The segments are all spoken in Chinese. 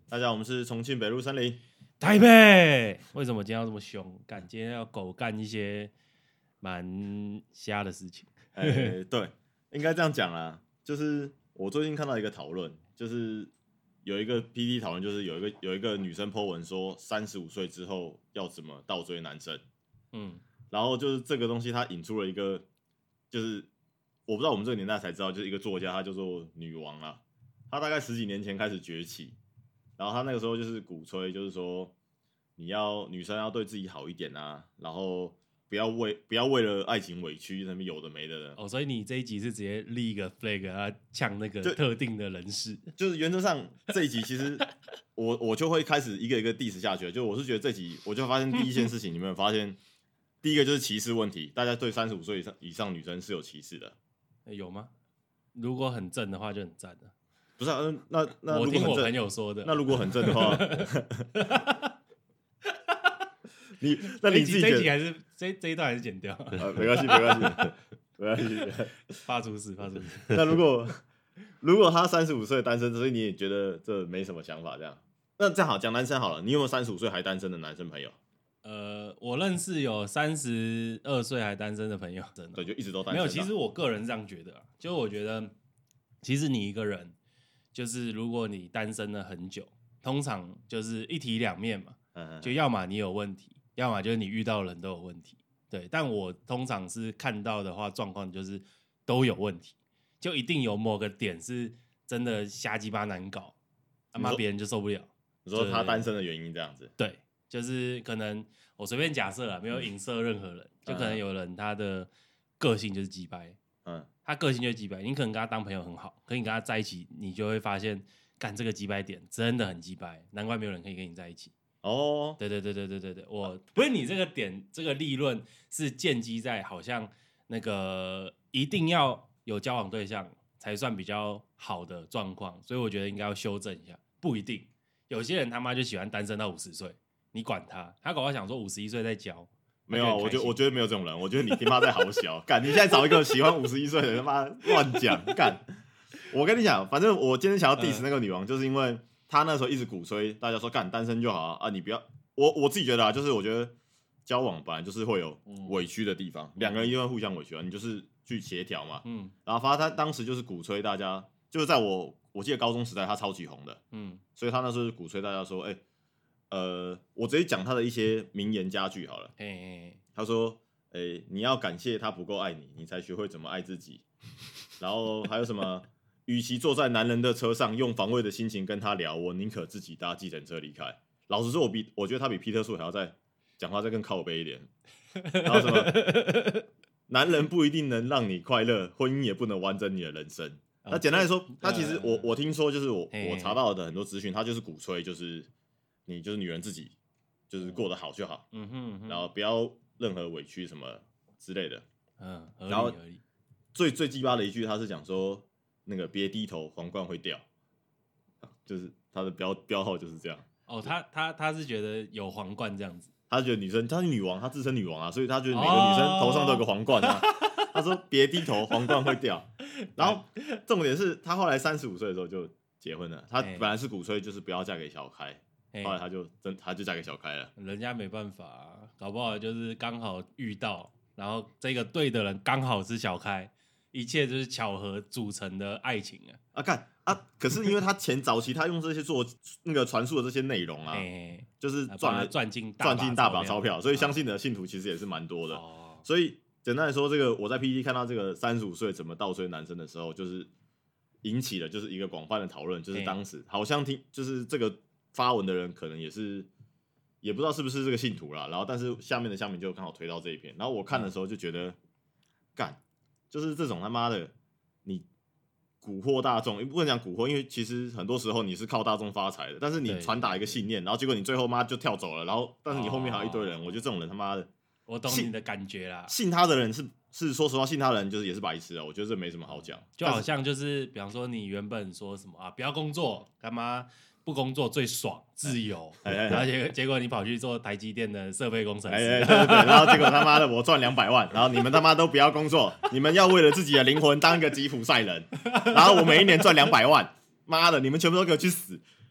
大家好，我们是重庆北路森林台北。为什么今天要这么凶？今天要狗干一些蛮瞎的事情。 对，应该这样讲啦。就是我最近看到一个讨论，就是有一个 PT 讨论，就是有一个女生 po 文说，35岁之后要怎么倒追男生。然后就是这个东西，它引出了一个，就是我不知道我们这个年代才知道，就是一个作家，他叫做女王啦。他大概10几年前开始崛起，然后他那个时候就是鼓吹，就是说女生要对自己好一点啊，然后不要为了爱情委屈什么有的没的人。 所以你这一集是直接立一个 flag， 啊，呛那个特定的人士。 就是原则上这一集其实我就会开始一个一个 diss 下去。就我是觉得这集我就发现第一件事情，你们有发现第一个就是歧视问题，大家对35岁以上女生是有歧视的。 有吗？如果很正的话就很赞了。 不是啊，那我听我朋友说的。 那如果很正的话，那你自己这一集还是这一段还是剪掉？ 没关系。 怕出事。 那如果他35岁单身，所以你也觉得这没什么想法这样？那这样好讲男生好了，你有没有35岁还单身的男生朋友？ 我认识有32岁还单身的朋友，真的对，就一直都单身。 没有，其实我个人这样觉得，就我觉得，其实你一个人，就是如果你单身了很久，通常就是一体两面嘛，就要么你有问题，要么就是你遇到的人都有问题。对，但我通常是看到的话，状况就是都有问题，就一定有某个点是真的瞎鸡巴难搞，他妈别人就受不了。 你说他单身的原因这样子？ 对。就是可能我随便假设啦，没有影射任何人，就可能有人他的个性就是鸡掰，他个性就是鸡掰，你可能跟他当朋友很好，可你跟他在一起，你就会发现，干这个鸡掰点真的很鸡掰，难怪没有人可以跟你在一起。 哦， 对，我不是你这个点，这个立论是建基在好像那个一定要有交往对象才算比较好的状况，所以我觉得应该要修正一下，不一定，有些人他妈就喜欢单身到50岁。你管他，他搞不好想说51岁再交。 没有，我觉得没有这种人。我觉得你他妈在好小，干！你现在找一个喜欢51岁的，他妈乱讲干！我跟你讲，反正我今天想要 diss 那个女王，就是因为她那时候一直鼓吹大家说干单身就好啊，你不要。我自己觉得啊，就是我觉得交往本来就是会有委屈的地方，两个人一定会互相委屈啊，你就是去协调嘛。然后反正他当时就是鼓吹大家，就是在我记得高中时代他超级红的，所以他那时候鼓吹大家说，我直接讲他的一些名言佳句好了。他说：“你要感谢他不够爱你，你才学会怎么爱自己。”然后还有什么？与其坐在男人的车上，用防卫的心情跟他聊，我宁可自己搭计程车离开。老实说，我觉得他比皮特树还要再讲话再更靠北一点。然后什么？男人不一定能让你快乐，婚姻也不能完整你的人生。那简单来说，他其实我听说就是我查到的很多资讯，他就是鼓吹就是你就是女人自己就是过得好就好，然后不要任何委屈什么之类的，然后最鸡巴的一句，他是讲说那个别低头，皇冠会掉，就是他的标号就是这样。 他是觉得有皇冠这样子， 他觉得女生她是女王，她自称女王啊，所以他觉得每个女生头上都有个皇冠啊。他说别低头，皇冠会掉。然后重点是他后来35岁的时候就结婚了，他本来是鼓吹就是不要嫁给小开。后来他就嫁给小开了， 人家没办法啊，搞不好就是刚好遇到，然后这个对的人刚好是小开，一切就是巧合组成的爱情啊！ 可是因为他早期他用这些做那个传述的这些内容啊，就是赚进大把钞票，所以相信的信徒其实也是蛮多的。所以简单来说，这个我在 PTT 看到这个35岁怎么倒追男生的时候，就是引起了就是一个广泛的讨论，就是当时好像就是这个。发文的人可能也不知道是不是这个信徒啦，然后但是下面的乡民就刚好推到这一篇，然后我看的时候就觉得，干，就是这种他妈的，你蛊惑大众，不能讲蛊惑，因为其实很多时候你是靠大众发财的，但是你传达一个信念，然后结果你最后妈就跳走了，然后但是你后面还有一堆人，我觉得这种人他妈的， 我懂你的感觉啦， 信他的人是说实话，信他的人就是也是白痴啊，我觉得这没什么好讲， 就好像就是比方说你原本说什么啊，不要工作，干嘛？不工作最爽，自由，然后结果你跑去做台积电的设备工程师， 对，然后结果他妈的我赚200万，然后你们他妈都不要工作，你们要为了自己的灵魂当一个吉普赛人，然后我每一年赚200万，妈的，你们全部都给我去死！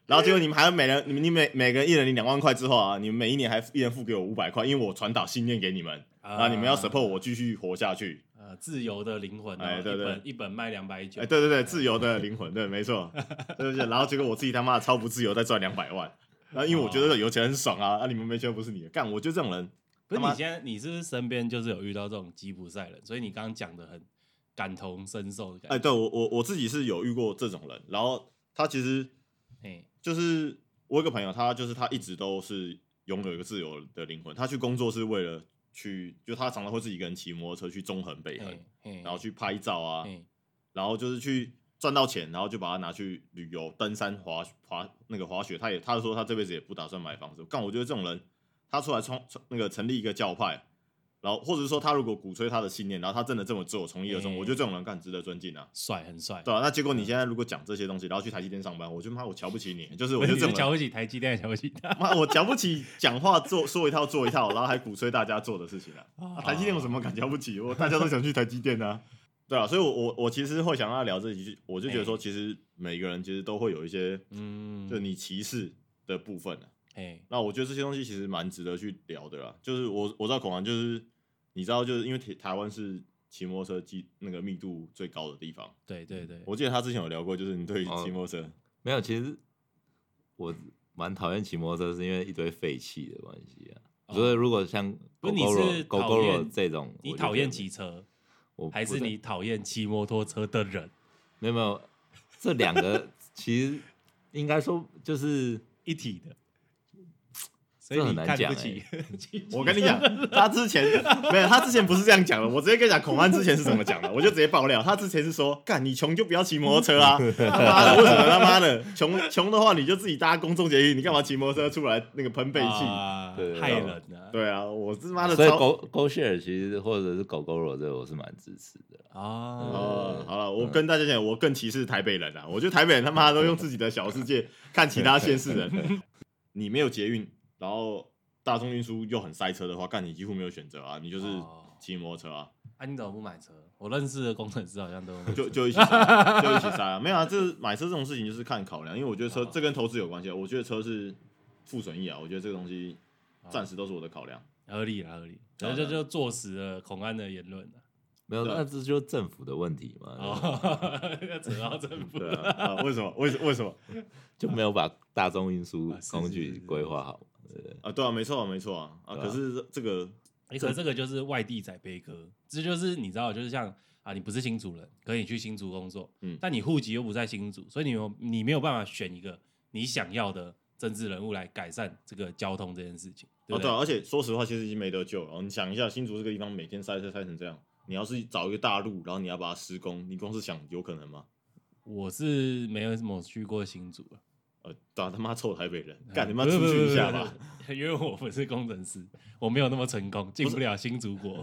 然后结果你们还要你每个人一人领2万块之后啊，你们每一年还一人付给我500块，因为我传导信念给你们，然后你们要 support 我继续活下去。 自由的灵魂，对，一本卖290， 对，自由的灵魂，对，没错，对不对？然后结果我自己他妈的超不自由，再赚200万，然后因为我觉得有钱很爽啊，你们没钱不是你的，干，我觉得这种人， 不是你是不是身边就是有遇到这种吉普赛人，所以你刚刚讲的很感同身受的感觉。 对我自己是有遇过这种人，然后他其实，就是我有个朋友，他一直都是拥有一个自由的灵魂，他去工作是为了。就他常常会自己一个人骑摩托车去中横、北横，然后去拍照啊，然后就是去赚到钱，然后就把它拿去旅游、登山、滑雪。他说他这辈子也不打算买房子。干，我觉得这种人，他出来成立一个教派。然后，或者是说他如果鼓吹他的信念，然后他真的这么做，从一而终，我觉得这种人干值得尊敬啊， 很帅， 对吧？那结果你现在如果讲这些东西，然后去台积电上班，我就我瞧不起你，就是我觉得这种人瞧不起台积电，瞧不起他， 妈，我瞧不起讲话说一套做一套，然后还鼓吹大家做的事情啊！台积电有什么敢瞧不起？大家都想去台积电啊，对啊，所以我其实会想要聊这几句，我就觉得说，其实每个人其实都会有一些就你歧视的部分啊。那我觉得这些东西其实蛮值得去聊的啦。就是我知道孔安就是你知道，就是因为台湾是骑摩托车那个密度最高的地方。 对， 我记得他之前有聊过，就是你对骑摩托车没有？其实我蛮讨厌骑摩托车，是因为一堆废气的关系啊。所以如果像狗狗肉这种， 你讨厌骑车，还是你讨厌骑摩托车的人？ 没有，这两个其实应该说就是一体的。 所以你看不起。 我跟你讲，他之前不是这样讲的。我直接跟你讲，孔安之前是怎么讲的，我就直接爆料。他之前是说，干你穷就不要骑摩托车啊！他妈的，为什么他妈的穷的话你就自己搭公众捷运，你干嘛骑摩托车出来那个喷废气？ 害人啊！ 对啊，我是妈的。 所以狗 share 其实或者是狗肉这个我是蛮支持的好了，我跟大家讲，我更歧视台北人啊！我觉得台北人他妈都用自己的小世界看其他县市人。你没有捷运。然后大众运输又很塞车的话，干你几乎没有选择啊，你就是骑摩托车啊。 你怎么不买车？我认识的工程师好像都就一起塞，就一起塞啊。没有啊，这买车这种事情就是看考量，因为我觉得车这跟投资有关系啊。我觉得车是负损益啊，我觉得这个东西暂时都是我的考量。 合理。然后就坐实了孔安的言论了。 没有，那这就是政府的问题嘛。 要扯到政府。 对啊，为什么？为什么就没有把大众运输工具规划好？ 对啊，没错啊。可是这个， 可是这个就是外地仔悲歌，这就是你知道，就是像你不是新竹人，可以去新竹工作，但你户籍又不在新竹，所以你没有办法选一个你想要的政治人物来改善这个交通这件事情。对啊， 而且说实话，其实已经没得救了。你想一下，新竹这个地方每天塞车塞成这样，你要是找一个大路，然后你要把它施工，你光是想有可能吗？ 我是没有什么去过新竹了。 他妈臭台北人，干你妈出去一下吧！ 因为我不是工程师，我没有那么成功，进不了新竹国。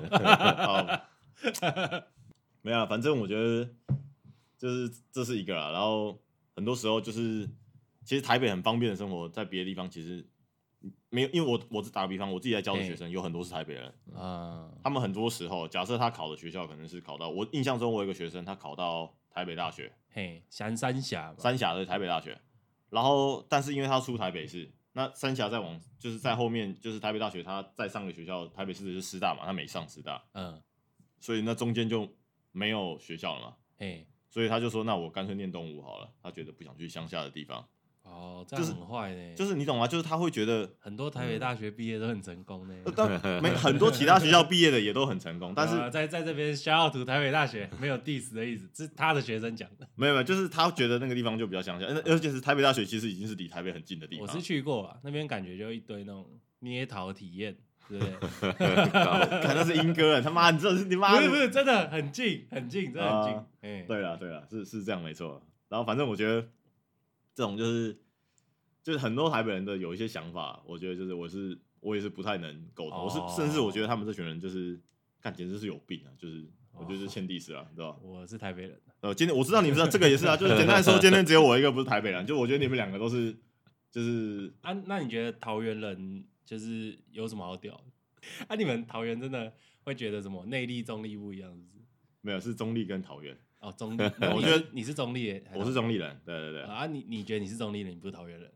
没有，反正我觉得就是这是一个啦。然后很多时候就是，其实台北很方便的生活，在别的地方其实没有。因为我是打个比方，我自己在教的学生有很多是台北人他们很多时候，假设他考的学校可能是考到，我印象中我有一个学生他考到台北大学， 三峡的台北大学。然后，但是因为他出台北市，那三峡再往就是在后面，就是台北大学，他再上个学校，台北市的是师大嘛，他没上师大，所以那中间就没有学校了嘛，所以他就说，那我干脆念东吴好了，他觉得不想去乡下的地方。 这样很坏呢。 就是你懂吗？就是他会觉得很多台北大学毕业都很成功呢， 很多其他学校毕业的也都很成功，但是在这边shout out to台北大学没有 diss 的意思，是他的学生讲的。 没有，就是他觉得那个地方就比较乡下，而且是台北大学其实已经是离台北很近的地方。 我是去过啊，那边感觉就一堆那种捏陶体验，对不对？ 看那是英哥，他妈，你这是你妈不是真的很近，真的很近。 对了，是这样没错。然后反正我觉得这种就是很多台北人的有一些想法，我觉得就是我也是不太能苟同，甚至我觉得他们这群人就是看简直是有病啊，就是我觉得是欠diss啊，对吧？ 我是台北人， 今天我知道你们这个也是啊，就是简单来说，今天只有我一个不是台北人，就我觉得你们两个都是就是那你觉得桃园人就是有什么好屌的？你们桃园真的会觉得什么内力中立不一样，是不是？ 没有，是中立跟桃园。 中立，我觉得你是中立， 我是中立人，对。 你觉得你是中立人，你不是桃园人？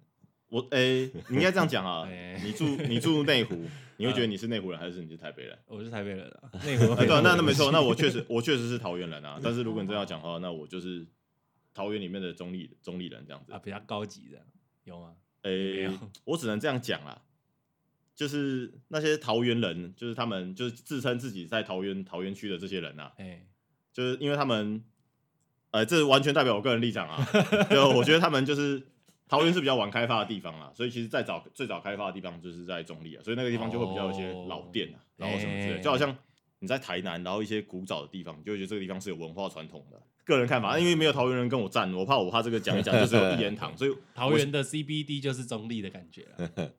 你应该这样讲啊，你住内湖，你会觉得你是内湖人还是你是台北人？ 我是台北人啊，内湖。 对，那没错，那我确实是桃园人啊。但是如果你真要讲的话，那我就是桃园里面的中立人这样子啊，比较高级的有吗？ 我只能这样讲啦，就是那些桃园人，就是他们就是自称自己在桃园区的这些人啊，就是因为他们，这完全代表我个人立场啊，就我觉得他们就是桃园是比较晚开发的地方啦，所以其实最早开发的地方就是在中立啊，所以那个地方就会比较有一些老店啊，然后什么之类的，就好像你在台南，然后一些古早的地方，你就会觉得这个地方是有文化传统的。个人看法，因为没有桃园人跟我站，我怕这个讲一讲就是有一言堂，所以桃园的 CBD 就是中立的感觉了。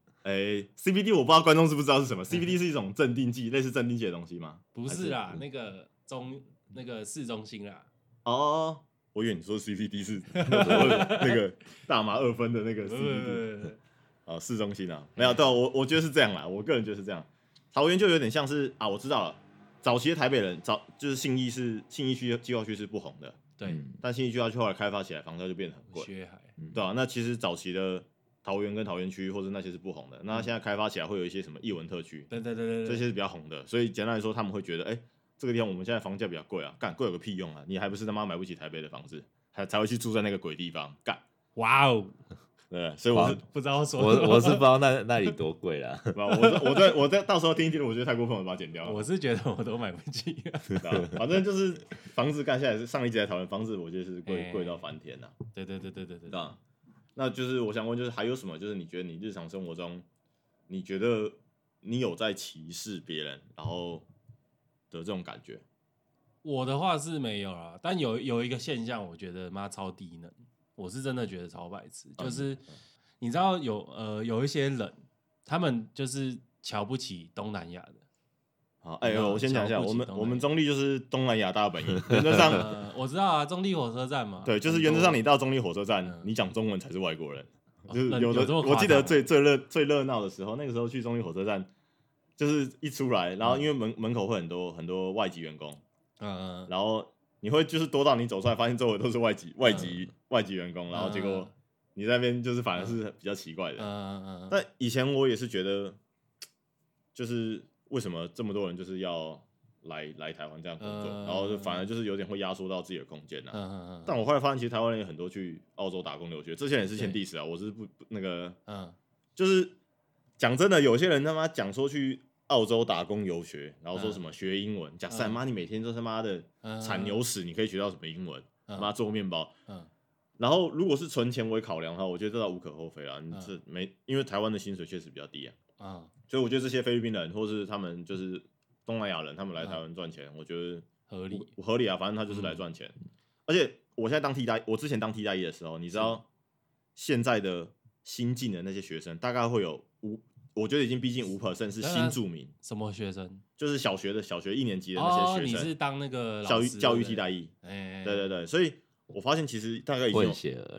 CBD 我不知道观众知不知道是什么 ，CBD 是一种镇定剂，类似镇定剂的东西吗？ 不是啦，那个市中心啦。 哦，我以为你说 CBD 是那个大麻2分的那个 CBD， 市中心啊，没有，对，我觉得是这样啦，我个人觉得是这样。桃园就有点像是啊，我知道了。早期的台北人，就是信义区计划区是不红的， 对， 但信义计划区后来开发起来，房价就变得很贵， 血海， 对啊，那其实早期的桃园跟桃园区或者那些是不红的，那现在开发起来会有一些什么艺文特区， 对， 这些是比较红的，所以简单来说，他们会觉得，这个地方我们现在房价比较贵啊，干贵有个屁用啊，你还不是他妈买不起台北的房子，才会去住在那个鬼地方，干， 哇哦。 对，所以我是不知道说， 我是不知道那里多贵啦。 我在到时候听一听，我觉得太过分，我把它剪掉了。 我是觉得我都买不起， 反正就是房子干下来是上一集在讨论房子，我觉得是贵到翻天呐。 对， 那就是我想问，就是还有什么？就是你觉得你日常生活中，你觉得你有在歧视别人，然后的这种感觉？ 我的话是没有啦，但有一个现象，我觉得妈超低能。我是真的觉得超白痴，就是你知道有一些人，他们就是瞧不起东南亚的。 好，我先讲一下，我们中立就是东南亚大本营，原则上我知道啊，中立火车站嘛。 对，就是原则上你到中立火车站，你讲中文才是外国人。就是有的， 我记得最热闹的时候，那个时候去中立火车站，就是一出来，然后因为门口会很多外籍员工，然后。你会就是多到你走出来，发现周围都是外籍员工，然后结果你在那边就是反而是比较奇怪的。但以前我也是觉得，就是为什么这么多人就是要来台湾这样工作，然后就反而就是有点会压缩到自己的空间啊。但我后来发现，其实台湾人有很多去澳洲打工留学，这些人是欠 diss 啊，我是不那个，就是讲真的，有些人他妈讲说去。澳洲打工游学，然后说什么学英文，假设妈你每天都他妈的产牛屎，你可以学到什么英文？妈做面包，然后如果是纯钱为考量的话，我觉得这倒无可厚非啊。你这因为台湾的薪水确实比较低啊，所以我觉得这些菲律宾人或是他们就是东南亚人，他们来台湾赚钱，我觉得合理啊。反正他就是来赚钱，而且我现在我之前当替代役的时候，你知道现在的新进的那些学生大概会有我觉得已经逼近5% 是新住民。 什么学生？ 就是小学1年级的那些学生。 你是当那个教育替代役？对，所以我发现其实大概已经有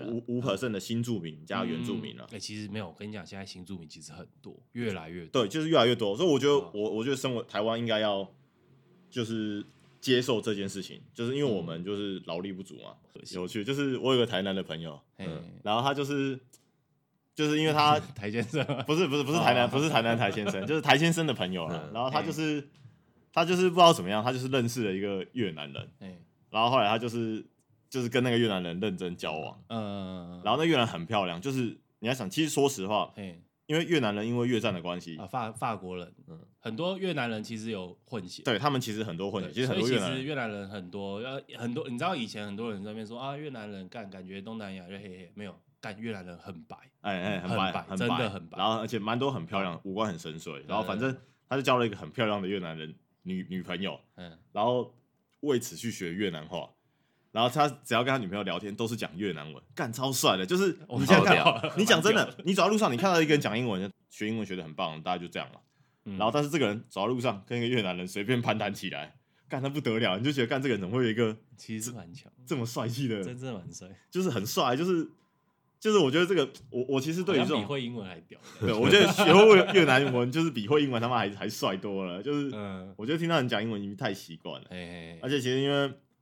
5% 的新住民加原住民了。 其实没有，我跟你讲，现在新住民其实很多，越来越多。 对，就是越来越多。所以我觉得我觉得身为台湾应该要就是接受这件事情，就是因为我们就是劳力不足嘛。有趣，就是我有个台南的朋友，然后他就是因为他台先生不是台南，不是台南台先生，就是台先生的朋友啦。然后他就是不知道怎么样，他就是认识了一个越南人，然后后来他就是跟那个越南人认真交往，然后那越南很漂亮，就是你要想，其实说实话，因为越南人因为越战的关系法国人，很多越南人其实有混血， 对他们其实很多混血，其实很多越南人很多，你知道以前很多人在那边说啊，越南人感觉东南亚就黑黑，没有。干越南人很白， 很白， 真的很白。 然后而且蛮多很漂亮，五官很深邃。然后反正他就交了一个很漂亮的越南人女朋友，然后为此去学越南话。然后他只要跟他女朋友聊天，都是讲越南文，干超帅的。就是你现在看，你讲真的，你走在路上，你看到一个人讲英文，学英文学得很棒，大家就这样了。然后但是这个人走在路上跟一个越南人随便攀谈起来。干他不得了，你就觉得干这个人怎么会有一个其实蛮强这么帅气的， 真的蛮帅， 就是很帅，就是我觉得这个我其实对于这种比会英文还屌， 对，我觉得学会越南文就是比会英文他妈还帅多了，就是我觉得听到人讲英文已经太习惯了，而且其实因为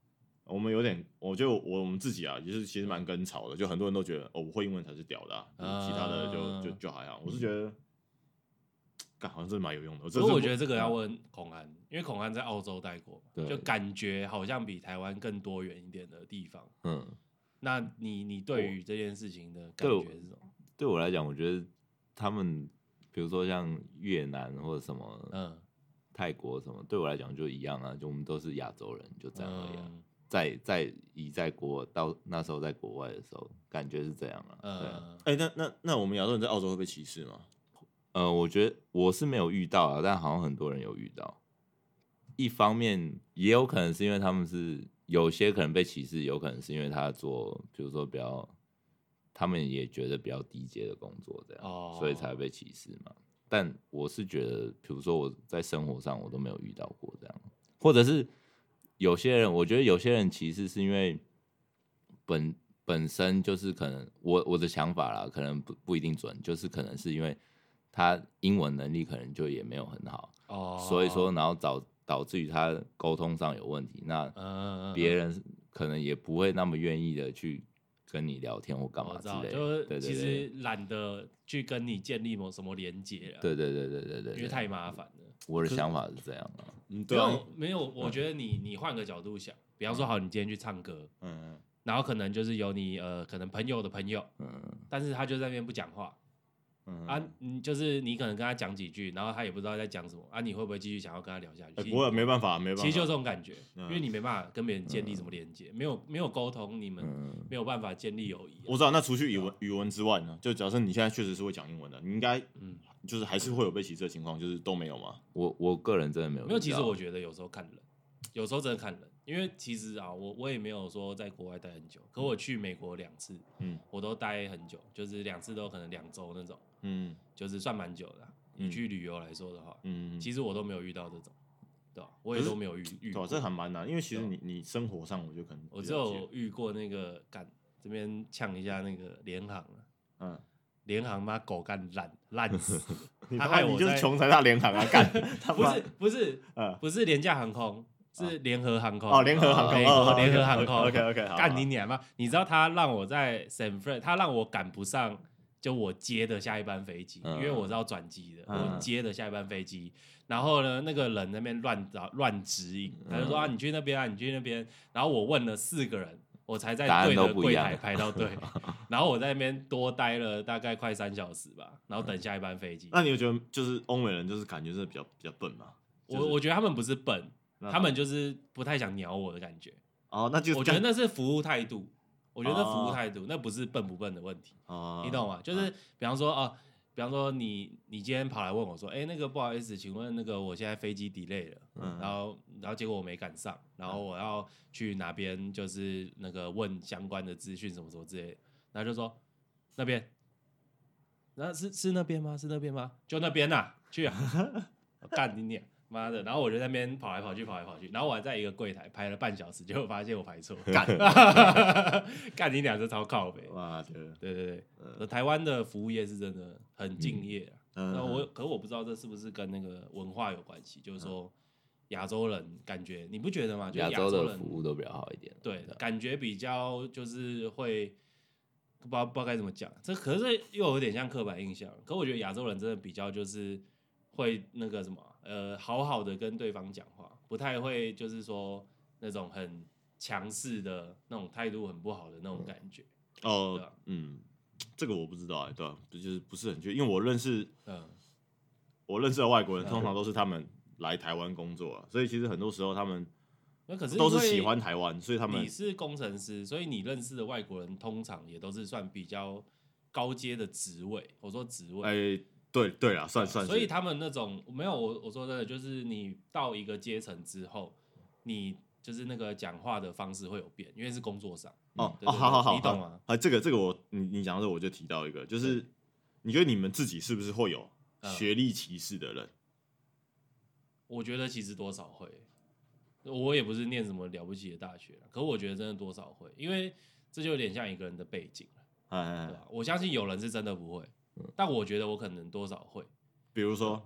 我们有点，我觉得我们自己啊，就是其实蛮跟潮的，就很多人都觉得哦，我会英文才是屌的、其他的就还好。我是觉得，好像真的蛮有用的。 所以我觉得这个要问孔安，因为孔安在澳洲待过，就感觉好像比台湾更多元一点的地方。那你对于这件事情的感觉是什么？ 对我来讲，我觉得他们比如说像越南或者什么，泰国什么，对我来讲就一样啊，就我们都是亚洲人，就这样而已啊。在那时候在国外的时候，感觉是这样啊。 那我们亚洲人在澳洲会被歧视吗？ 我觉得我是没有遇到啊，但好像很多人有遇到。一方面也有可能是因为他们是有些可能被歧视，有可能是因为他做，比如说比较，他们也觉得比较低阶的工作这样，所以才被歧视嘛。但我是觉得，比如说我在生活上我都没有遇到过这样，或者是有些人，我觉得有些人歧视是因为本身就是可能我的想法啦，可能不一定准，就是可能是因为他英文能力可能就也没有很好，所以说然后导致于他沟通上有问题，那别人可能也不会那么愿意的去跟你聊天或干嘛之类的， 就是其实懒得去跟你建立什么连结了。 对， 因为太麻烦了。 我的想法是这样啊。 没有，我觉得你换个角度想，比方说好，你今天去唱歌，然后可能就是有你可能朋友的朋友，但是他就在那边不讲话。就是你可能跟他讲几句，然后他也不知道在讲什么啊，你会不会继续想要跟他聊下去？ 不会，没办法。 其实就这种感觉，因为你没办法跟别人建立什么连接，没有沟通，你们没有办法建立友谊。 我知道，那除去语文之外呢？就假设你现在确实是会讲英文的，你应该就是还是会有被歧视的情况，就是都没有吗？ 我个人真的没有。 没有，其实我觉得有时候看人，有时候真的看人，因为其实啊，我也没有说在国外待很久，可我去美国2次，我都待很久，就是2次都可能2周那种。就是算蛮久的你去旅游来说的话，其实我都没有遇到这种，对吧？我也都没有遇过， 这还蛮难，因为其实你生活上，我觉得可能我只有遇过那个这边呛一下那个联航联航妈狗干烂死，他害我就是穷才到联航啊干， 不是廉价航空。是联合航空联合航空， 联合航空 ，OK， 干你娘吗？你知道他让我在 San Fran， 他让我赶不上。就我接的下一班飞机，因为我是要转机的，我接的下一班飞机。然后呢，那个人那边乱指引，他就说你去那边啊，你去那边。然后我问了4个人，我才在对的柜台排到队。然后我在那边多待了大概快3小时吧，然后等下一班飞机。 那你有觉得就是欧美人就是感觉是比较笨吗？ 我觉得他们不是笨，他们就是不太想鸟我的感觉。 那就我觉得那是服务态度。我觉得服务态度那不是笨不笨的问题，你懂吗？就是比方说你今天跑来问我说，那个不好意思，请问那个我现在飞机 delay 了，然后结果我没赶上，然后我要去哪边就是那个问相关的资讯什么什么之类的，然后就说那边，那是那边吗？是那边吗？就那边啊，去啊，干你娘！妈的！然后我就在那边跑来跑去，然后我还在一个柜台排了半小时，结果发现我排错，干你俩这超靠北！ 哇， 对，台湾的服务业是真的很敬业可我不知道这是不是跟那个文化有关系，就是说亚洲人感觉你不觉得吗？就亚洲的服务都比较好一点， 对，感觉比较就是会不知道该怎么讲，这可是又有点像刻板印象。可我觉得亚洲人真的比较就是会那个什么。好好的跟对方讲话，不太会就是说那种很强势的那种态度很不好的那种感觉。 这个我不知道对吧？就是不是很确定，因为我认识的外国人通常都是他们来台湾工作所以其实很多时候他们都是喜欢台湾，所以他们你是工程师，所以你认识的外国人通常也都是算比较高阶的职位。我说职位， 对啦，算。 所以他们那种没有我说真的，就是你到一个阶层之后，你就是那个讲话的方式会有变，因为是工作上。 好， 你懂吗？ 这个你讲到这我就提到一个，就是你觉得你们自己是不是会有学历歧视的人？ 我觉得其实多少会，我也不是念什么了不起的大学，可我觉得真的多少会，因为这就有点像一个人的背景了，对吧？我相信有人是真的不会。但我觉得我可能多少会， 比如说，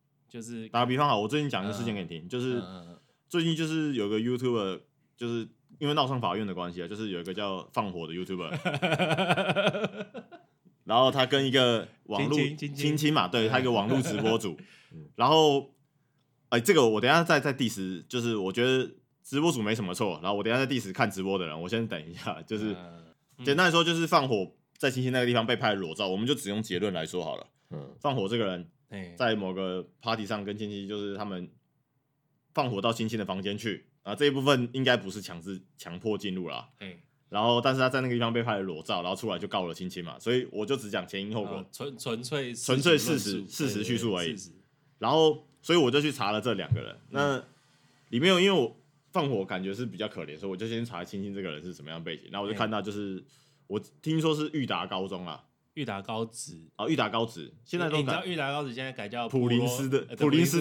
就是打个比方好，我最近讲一个事情给你听，就是最近就是有个 YouTuber 就是因为闹上法院的关系啊，就是有一个叫放火的 YouTuber， 然后他跟一个网络亲亲嘛，对他一个网络直播主，然后这个我等一下再diss，就是我觉得直播主没什么错，然后我等一下再diss看直播的人，我先等一下，就是简单来说就是放火在亲亲那个地方被拍裸照，我们就只用结论来说好了。放火这个人在某个 party 上跟亲戚，就是他们放火到亲亲的房间去啊，这一部分应该不是强迫进入啦。然后，但是他在那个地方被拍了裸照，然后出来就告了亲亲嘛，所以我就只讲前因后果， 纯粹事实叙述而已。然后，所以我就去查了这2个人，那里面因为我放火感觉是比较可怜，所以我就先查亲亲这个人是什么样的背景，然后我就看到就是我听说是裕达高中啦。 裕达高职裕达高职现在都你知道裕达高职现在改叫普林斯顿，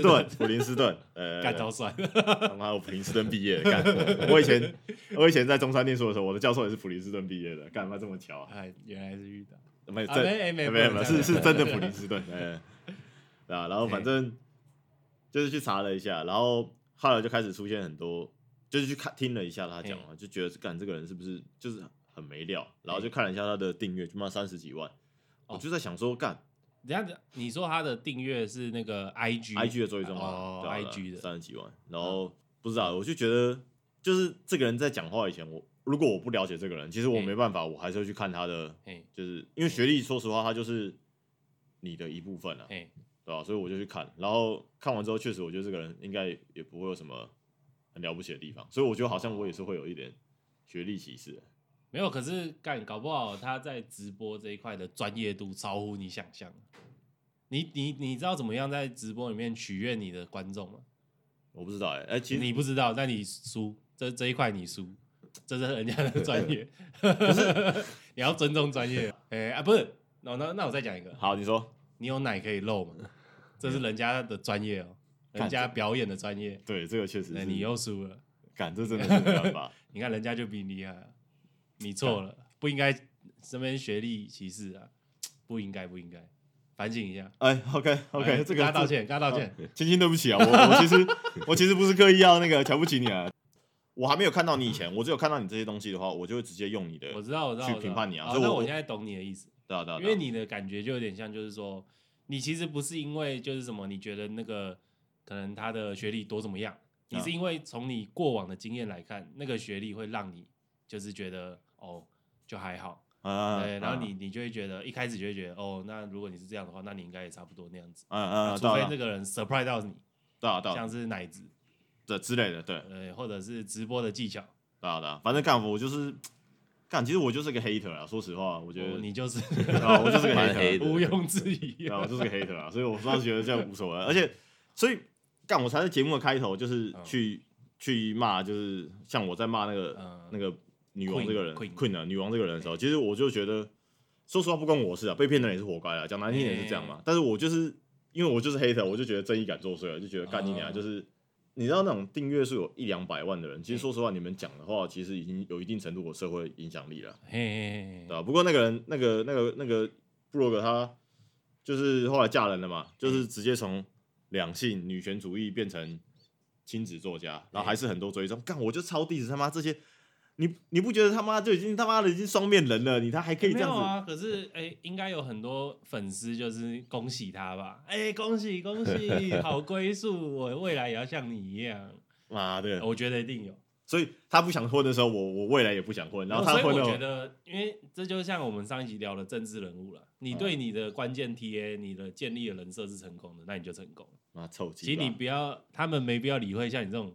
干超帅， 他妈我普林斯顿毕业的，干我以前在中山念书的时候，我的教授也是普林斯顿毕业的，干嘛这么巧啊？ 原来是裕达， 没有，是真的普林斯顿，然后反正就是去查了一下，然后后来就开始出现很多，就是去听了一下他讲嘛，就觉得干这个人是不是就是很没料，然后就看了一下他的订阅，他妈30几万。我就在想说，干， 你说他的订阅是那个 IG 的追踪啊 ，IG 的 30几万，然后不知道，我就觉得，就是这个人在讲话以前，如果我不了解这个人，其实我没办法，我还是会去看他的，就是因为学历，说实话，他就是你的一部分啊，对吧？所以我就去看，然后看完之后，确实我觉得这个人应该也不会有什么很了不起的地方，所以我觉得好像我也是会有一点学历歧视。 没有，可是搞不好他在直播这一块的专业度超乎你想象。你知道怎么样在直播里面取悦你的观众吗？ 我不知道其实你不知道，那你输，这一块你输，这是人家的专业，你要尊重专业。不是，那我再讲一个。 好，你说， 你有奶可以露吗？这是人家的专业哦，人家表演的专业。 对，这个确实是。 你又输了， 干，这真的是没办法。 你看人家就比你厉害。你错了，不应该身边学历歧视啊，不应该，反省一下。 OK， 这个跟他道歉， 亲亲对不起啊，我其实不是刻意要那个瞧不起你啊，我还没有看到你以前，我只有看到你这些东西的话，我就会直接用你的， 我知道去评判你啊。 那我现在懂你的意思， 对， 因为你的感觉就有点像，就是说，你其实不是因为就是什么，你觉得那个可能他的学历多怎么样，你是因为从你过往的经验来看，那个学历会让你就是觉得。就还好，对，然后你就会觉得一开始就会觉得那如果你是这样的话，那你应该也差不多那样子，除非那个人 surprise 到你， 对， 像是奶子之类的，对， 或者是直播的技巧， 对，反正我就是其实我就是个 hater 啊，说实话，我觉得你就是， 我就是个 hater， 毋庸置疑， 我就是个 hater 啊，所以我倒是觉得这样无所谓，而且所以我才在节目的开头就是去骂，就是像我在骂那个。女王这个人 ，Queen 啊，女王这个人的时候，其实我就觉得，说实话不关我事啊，被骗的人也是活该啊，讲难听点是这样嘛。但是我就是因为我就是 hater，我就觉得正义感作祟了，就觉得干你娘，就是你知道那种订阅数有100-200万的人，其实说实话，你们讲的话，其实已经有一定程度的社会影响力了，对吧？不过那个人那个布洛格他就是后来嫁人了嘛，就是直接从两性女权主义变成亲子作家，然后还是很多追踪，干我就超 diss 他妈这些。你不觉得他妈就已经双面人了？他还可以这样子？ 没有啊，可是应该有很多粉丝就是恭喜他吧？恭喜好归宿，我未来也要像你一样。 妈的， 我觉得一定有。 所以他不想混的时候，我未来也不想混。然后他混了， 所以我觉得，因为这就像我们上一集聊的政治人物了。你对你的关键 TA， 你的建立的人设是成功的，那你就成功了。 臭鸡！ 其实你不要，他们没必要理会像你这种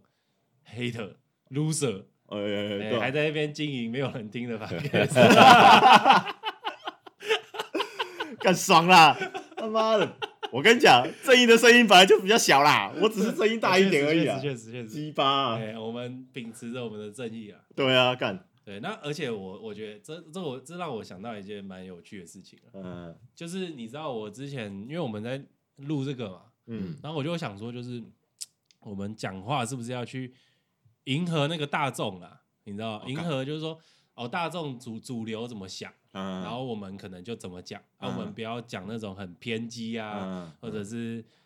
hater loser。还在那边经营没有人听的吧？ 干爽啦！他妈的，我跟你讲，正义的声音本来就比较小啦，我只是声音大一点而已啊。 确实， 鸡巴啊！ 我们秉持着我们的正义啊。 对啊，干。 对，那而且我觉得这让我想到一件蛮有趣的事情就是你知道我之前因为我们在录这个嘛，然后我就想说，就是我们讲话是不是要去迎合那个大众啦，你知道，迎合就是说大众主流怎么想，然后我们可能就怎么讲，我们不要讲那种很偏激啊，或者是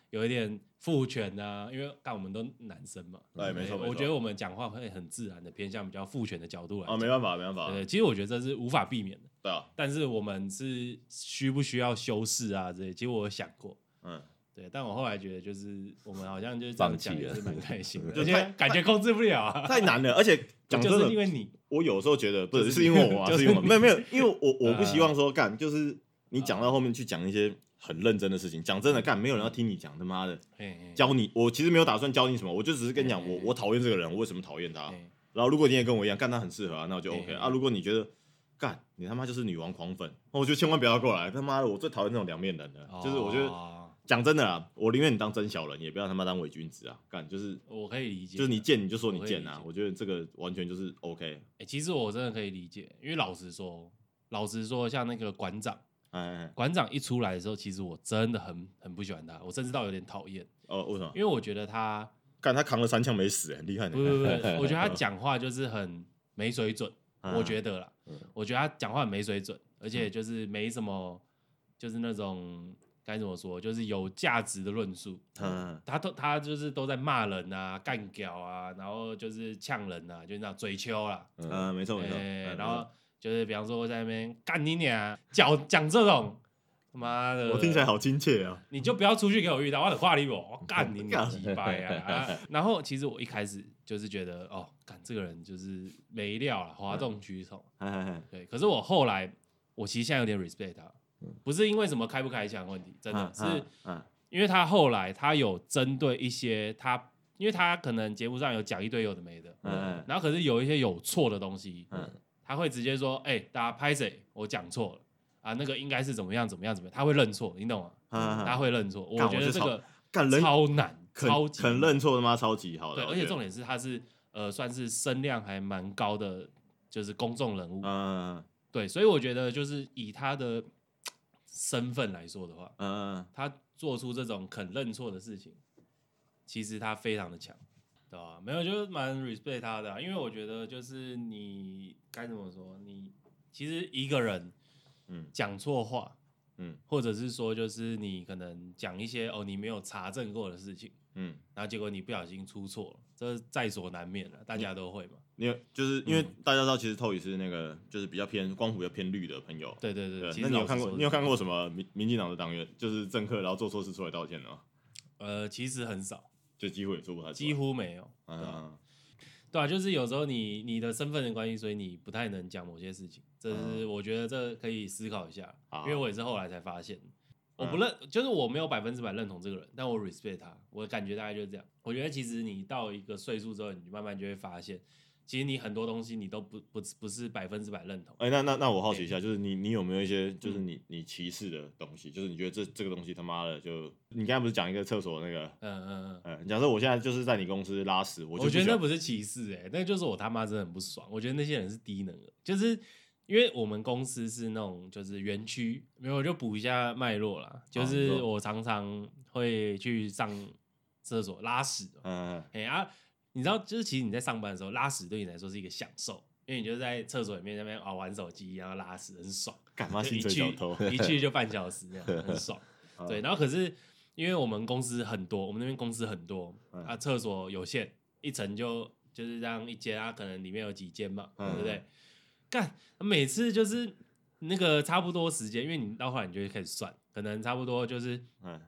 有一点父权啊，因为干我们都男生嘛， 对，没错， 我觉得我们讲话会很自然的偏向比较父权的角度来没办法， 对，其实我觉得这是无法避免的， 对啊， 但是我们是需不需要修饰啊这些，其实我有想过，对，但我后来觉得就是我们好像就是这样讲也是蛮开心的，而且感觉控制不了啊， 太难了，而且讲真的， 就是因为你， 我有时候觉得不是因为我啊，是因为我没有，因为我不希望说干就是你讲到后面去讲一些很认真的事情，讲真的干没有人要听你讲，他妈的教你，我其实没有打算教你什么，我就只是跟你讲我讨厌这个人，我为什么讨厌他，然后如果你也跟我一样干他很适合啊，那我就 OK 啊，如果你觉得干你他妈就是女王狂粉，我就千万不要过来，他妈的我最讨厌那种两面人的，就是我觉得。讲真的啦，我宁愿你当真小人，也不要他妈当伪君子啊！干就是我可以理解， 就是你贱你就说你贱啊！我觉得这个完全就是 OK。 其实我真的可以理解，因为老实说，像那个馆长，馆长一出来的时候，其实我真的很不喜欢他，我甚至到有点讨厌。 为什么？ 因为我觉得他扛了3枪没死，很厉害。 不，我觉得他讲话就是很没水准，我觉得啦，我觉得他讲话很没水准，而且就是没什么，就是那种。该怎么说？就是有价值的论述。他就是都在骂人啊、干屌啊，然后就是呛人啊，就是那种嘴秋啦。 没错。 然后就是比方说在那边干你娘，讲这种，妈的， 我听起来好亲切啊！ 你就不要出去给我遇到，我得话你我干你娘鸡掰啊！然后其实我一开始就是觉得干这个人就是没料了，哗众取宠。对，可是我后来，我其实现在有点 respect 他。不是因为什么开不开枪的问题，真的是因为他后来他有针对一些因为他可能节目上有讲一堆有的没的，然后可是有一些有错的东西，他会直接说，大家拍谁，我讲错了啊，那个应该是怎么样，他会认错，你懂吗？他会认错，我觉得这个超难，超级肯认错他妈超级好的， 对，而且重点是他是算是声量还蛮高的，就是公众人物，对，所以我觉得就是以他的身份来说的话，他做出这种肯认错的事情，其实他非常的强，对吧？没有，就是蛮 respect 他的因为我觉得就是你该怎么说，你其实一个人，讲错话，或者是说就是你可能讲一些你没有查证过的事情，然后结果你不小心出错了，这在所难免了，大家都会嘛。 就是因为大家知道，其实 Toy 是那个就是比较偏光谱比较偏绿的朋友。 对。 那你有看过什么民进党的党员就是政客然后做错事出来道歉的吗？ 其实很少， 就几乎也做不太出来， 几乎没有。对啊，就是有时候你的身份的关系，所以你不太能讲某些事情。这是我觉得这可以思考一下，因为我也是后来才发现。我不就是我没有100%认同这个人，但我 respect 他，我的感觉大概就是这样。我觉得其实你到一个岁数之后，你慢慢就会发现，其实你很多东西你都不是100%认同。 那我好奇一下，就是你有没有一些就是你歧视的东西，就是你觉得这个东西他妈的就你刚才不是讲一个厕所那个，假设我现在就是在你公司拉屎，我觉得那不是歧视那就是我他妈真的很不爽。我觉得那些人是低能的，就是因为我们公司是那种就是园区，没有我就补一下脉络啦，就是我常常会去上厕所拉屎，你知道，就是其实你在上班的时候拉屎对你来说是一个享受，因为你就在厕所里面那边玩手机，然后拉屎，很爽。 干嘛薪水小偷？ 一去就半小时，这样很爽。对，然后可是因为我们公司很多，我们那边公司很多，厕所有限，一层就是这样一间可能里面有几间嘛，对不对？干，每次就是那个差不多时间，因为你到后来你就会开始算，可能差不多就是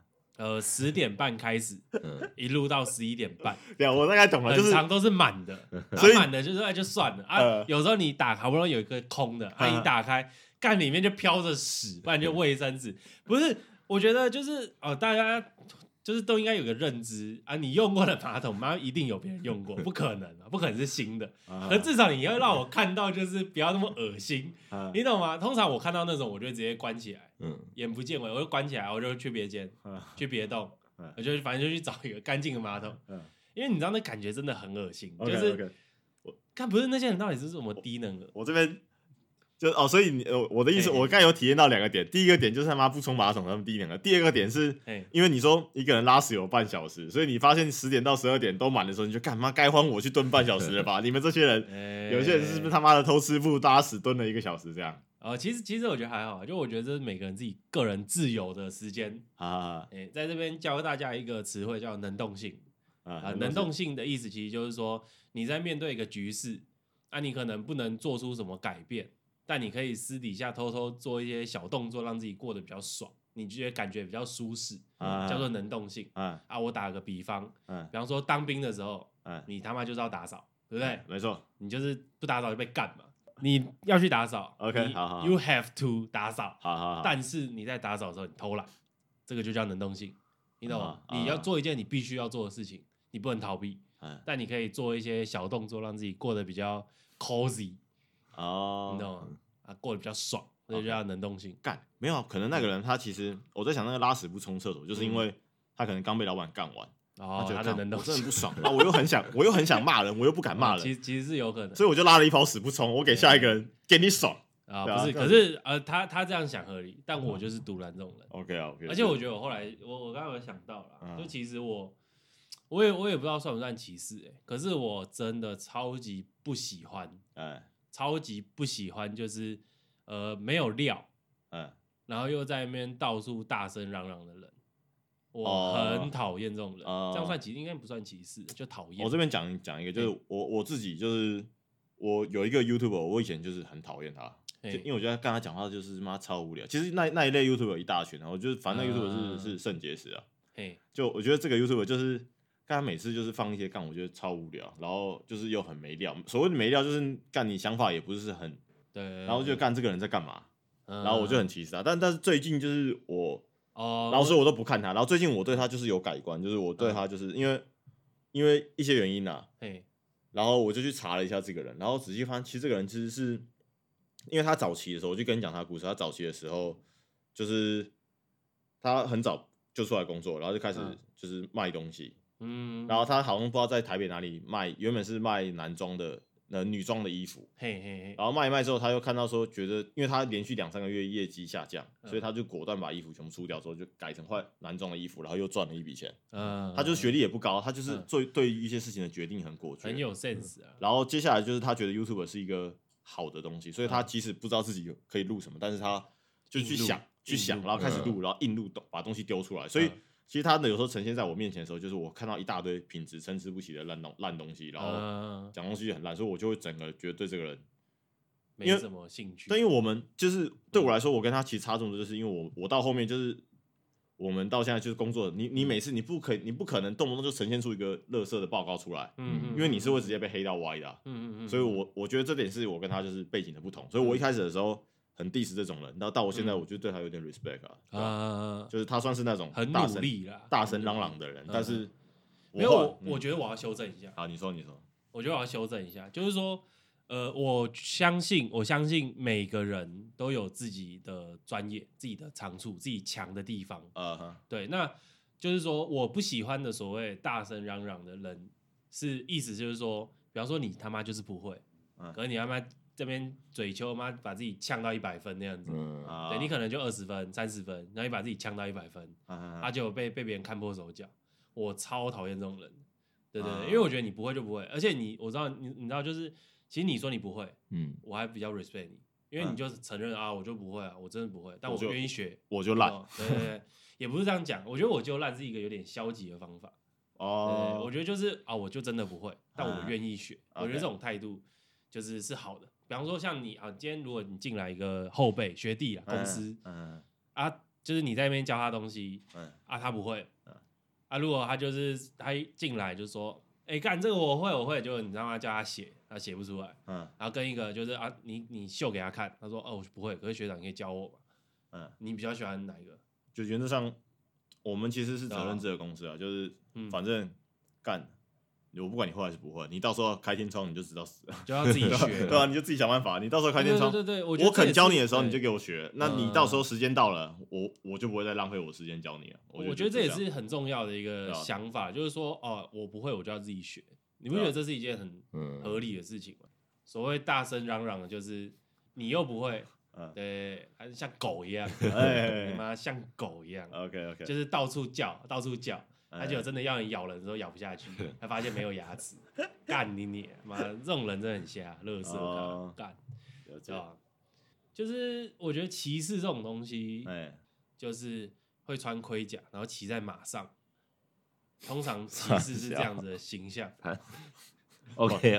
10点半开始，一路到11点半。 对，我大概懂了，就是很长都是满的，所以满的就算了有时候你好不容易有一个空的，一打开，干里面就飘着屎，不然就卫生纸。不是，我觉得就是大家就是都应该有个认知你用过的马桶，一定有别人用过，不可能不可能是新的。可至少你要让我看到，就是不要那么恶心，你懂吗？通常我看到那种，我就会直接关起来，眼不见为，我就关起来，我就去别间，去别栋，我就反正就去找一个干净的马桶，因为你知道那感觉真的很恶心，就是看不是那些人到底是什么低能的， 我这边。所以我的意思，我刚才有体验到2个点。第一个点就是他妈不冲马桶，他们低能了。第二个点是，因为你说一个人拉屎有半小时，所以你发现10点到12点都满的时候，你就干嘛该换我去蹲半小时了吧？你们这些人，有些人是不是他妈的偷吃不拉屎蹲了1个小时这样？ 其实我觉得还好，就我觉得这是每个人自己个人自由的时间啊。 在这边教大家一个词汇叫能动性能动性的意思其实就是说你在面对一个局势，你可能不能做出什么改变，但你可以私底下偷偷做一些小动作，让自己过得比较爽，你觉得感觉比较舒适，叫做能动性。我打个比方，比方说当兵的时候，你他妈就是要打扫，对不对？ 没错， 你就是不打扫就被干嘛。你要去打扫 ，OK， 好 ，You have to 打扫， 好， 但是你在打扫的时候你偷懒，这个就叫能动性，你懂吗？你要做一件你必须要做的事情，你不能逃避，但你可以做一些小动作，让自己过得比较 cozy， 你懂吗？过得比较爽，这就叫能动性。 干没有，可能那个人他其实我在想，那个拉屎不冲厕所，就是因为他可能刚被老板干完。 他的能动性我真的不爽，我又很想骂人，我又不敢骂人， 其实是有可能， 所以我就拉了一泡屎不冲，我给下一个人给你爽不是，可是他这样想合理，但我就是独揽这种人。 OK， 而且我觉得我后来我刚刚有想到了，就其实我也不知道算不算歧视可是我真的超级不喜欢，超级不喜欢就是没有料，然后又在那边到处大声嚷嚷的人。我很讨厌这种人，这样算歧视？应该不算歧视，就讨厌。 我这边讲一个，就是我自己，就是我有一个 YouTuber， 我以前就是很讨厌他，因为我觉得跟他讲话就是妈超无聊。其实那一类 YouTuber 一大群，我觉得反正那 YouTuber 是肾结石啊。就我觉得这个 YouTuber 就是干他每次就是放一些干，我觉得超无聊，然后就是又很没料。所谓的没料就是干你想法也不是很对，然后就干这个人在干嘛，然后我就很歧视他。但是最近就是然后所以我都不看他，然后最近我对他就是有改观，就是我对他就是因为一些原因然后我就去查了一下这个人，然后仔细发现其实这个人其实是因为他早期的时候，我就跟你讲他的故事，他早期的时候就是他很早就出来工作，然后就开始就是卖东西，然后他好像不知道在台北哪里卖，原本是卖男装的。女装的衣服，然后卖一卖之后，他又看到说，觉得因为他连续2-3个月业绩下降，所以他就果断把衣服全部出掉，之后就改成换男装的衣服，然后又赚了一笔钱。他就是学历也不高，他就是对于一些事情的决定很果决， 很有 sense 啊。 然后接下来就是他觉得 YouTuber 是一个好的东西，所以他即使不知道自己可以录什么，但是他就去想，然后开始录，然后硬录，把东西丢出来，所以。其实他有时候呈现在我面前的时候，就是我看到一大堆品质参差不齐的烂东西，然后讲东西就很烂，所以我就会整个觉得对这个人没什么兴趣。 但因为我们就是对我来说，我跟他其实差这么多，就是因为我到后面就是我们到现在就是工作，你每次你不可能动不动就呈现出一个垃圾的报告出来，因为你是会直接被黑到歪的，所以我觉得这点是我跟他就是背景的不同，所以我一开始的时候。很 diss 这种人，然后到我现在，我就对他有点 respect 就是他算是那种很努力啦， 大声嚷嚷的人，但是没有，我觉得我要修正一下。 好，你说， 我觉得我要修正一下，就是说，我相信每个人都有自己的专业、自己的长处、自己强的地方。对，那就是说，我不喜欢的所谓大声嚷嚷的人，意思就是说，比方说你他妈就是不会，可是你他妈。这边嘴球妈把自己呛到100分那样子，对你可能就20分、30分，然后你把自己呛到100分，就被别人看破手脚。我超讨厌这种人，对，因为我觉得你不会就不会，而且我知道你知道就是，其实你说你不会，我还比较 respect 你，因为你就是承认我就不会我真的不会，但我愿意学， 我就烂， 对，也不是这样讲，我觉得我就烂是一个有点消极的方法，我觉得就是我就真的不会，但我愿意学，我觉得这种态度是好的。比方说像你今天如果你进来一个后辈学弟公司，就是你在那边教他东西，他不会，如果他进来就说，干这个我会，就你让他叫他写，他写不出来，然后跟一个就是你秀给他看，他说我不会，可是学长你可以教我嘛，你比较喜欢哪一个？ 就原则上我们其实是责任制的公司就是反正干。我不管你会还是不会，你到时候开天窗你就知道死了， 就要自己学， 对你就自己想办法。你到时候开天窗， 对，我肯教你的时候你就给我学，那你到时候时间到了，我就不会再浪费我时间教你了。 我觉得这也是很重要的一个想法，就是说我不会我就要自己学，你不觉得这是一件很合理的事情吗？所谓大声嚷嚷的，就是你又不会，对，还是像狗一样，你妈像狗一样 ，OK， 就是到处叫。他就真的要你咬人的时候咬不下去，他发现没有牙齿，干你妈！这种人真的很瞎，垃圾干，对吧？ 就是我觉得骑士这种东西，就是会穿盔甲，然后骑在马上。通常骑士是这样子的形象。 OK，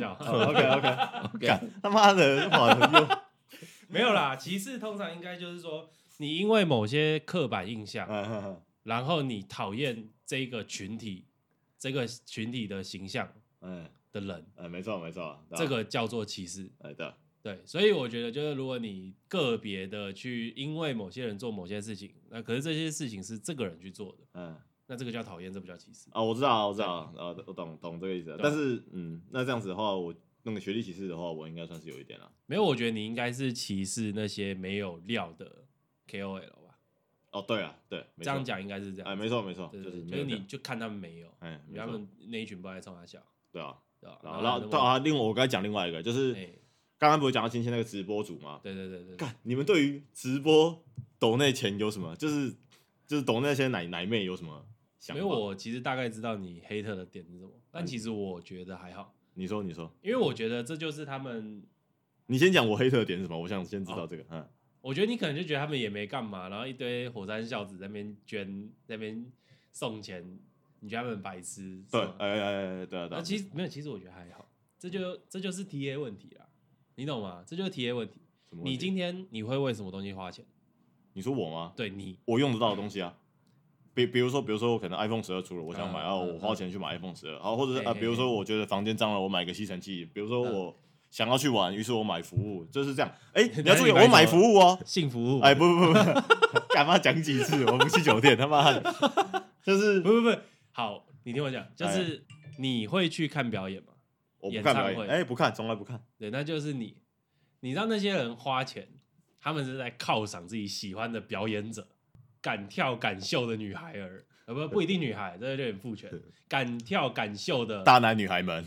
他妈的， 没有啦，骑士通常应该就是说，你因为某些刻板印象，然后你讨厌这个群体的形象的人， 没错， 这个叫做歧视，对，所以我觉得就是如果你个别的去因为某些人做某些事情，那可是这些事情是这个人去做的，那这个叫讨厌，这不叫歧视。 我知道，我懂这个意思。但是，那这样子的话，我那个学历歧视的话，我应该算是有一点啦。 没有，我觉得你应该是歧视那些没有料的 KOL 吧。 对啊，对， 这样讲应该是这样。 没错， 就是你就看他们没有，他们那一群不爱冲他笑。 对啊。另外我刚才讲另外一个，就是刚刚不是讲到今天那个直播主吗？ 对。 干，你们对于直播抖内钱有什么？就是抖那些奶妹有什么想法？ 因为我其实大概知道你黑特的点是什么，但其实我觉得还好。 你说， 因为我觉得这就是他们。 你先讲我黑特的点是什么？我想先知道这个。 我觉得你可能就觉得他们也没干嘛，然后一堆火山孝子在那边捐，在那边送钱，你觉得他们很白痴？ 对，对。 那其实没有，其实我觉得还好，这就是 TA 问题啦，你懂吗？这就是 TA 问题。你今天你会为什么东西花钱？ 你说我吗？ 对， 我用得到的东西啊。比如说我可能 iPhone 12出了，我想买，然后我花钱去买 iPhone 12，然后或者是比如说我觉得房间脏了，我买个吸尘器。比如说我想要去玩，于是我买服务，就是这样。你要注意，我买服务哦， 性服务。 不，干嘛讲几次？我不去酒店，他妈的，就是不，好，你听我讲，就是你会去看表演吗？ 我不看表演，不看，从来不看。 对，那就是你让那些人花钱，他们是在犒赏自己喜欢的表演者。敢跳敢秀的女孩儿，不一定女孩，这有点父权。敢跳敢秀的大男女孩们，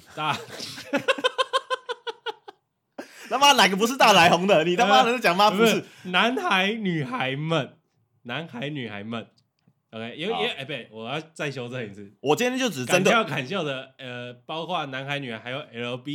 他妈哪个不是大奶红的？你他妈的讲吗？不是男孩女孩们。OK， 不，我要再修正一次。 我今天就只针对敢跳敢秀的，包括男孩女孩，还有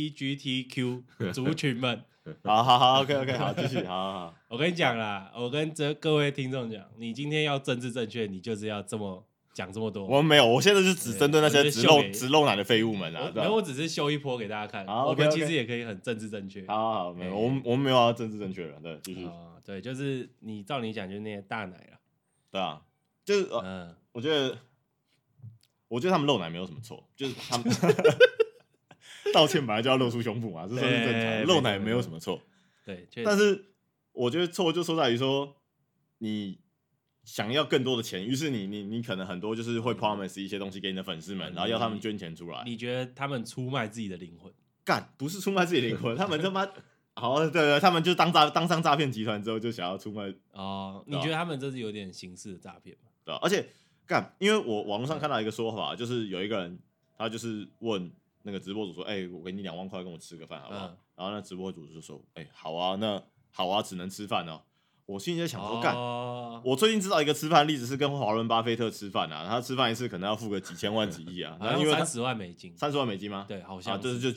LGBTQ 族群们。 好 ，OK， 好，继续，好。 我跟你讲啦，我跟各位听众讲，你今天要政治正确，你就是要这么讲这么多。 我没有，我现在就只针对那些只露奶的废物们啊。 没有，我只是秀一波给大家看。我们其实也可以很政治正确。 好，没有，我们没有要政治正确了。对，继续。 对，就是照你讲，就是那些大奶啦。 对啊，就是我觉得他们露奶没有什么错，就是他们。道歉本来就要露出胸部嘛，这算是正常。露奶没有什么错， 对。 但是我觉得错就错在于说，你想要更多的钱，于是你可能很多就是会 promise 一些东西给你的粉丝们，然后要他们捐钱出来。 你觉得他们出卖自己的灵魂？ 干，不是出卖自己的灵魂，他们他妈好，对，他们就当上诈骗集团之后就想要出卖。 你觉得他们这是有点形式的诈骗吗？ 对，而且干，因为我网络上看到一个说法，就是有一个人他就是问。那个直播主说：“我给你2万块，跟我吃个饭，好不好？”然后那直播主就说：“好啊，那好啊，只能吃饭哦。”我心里在想说：“干，我最近知道一个吃饭的例子是跟华伦巴菲特吃饭啊，他吃饭一次可能要付个几千万、几亿啊， 然后因为30万美金 ，30万美金吗？ 对，好像就是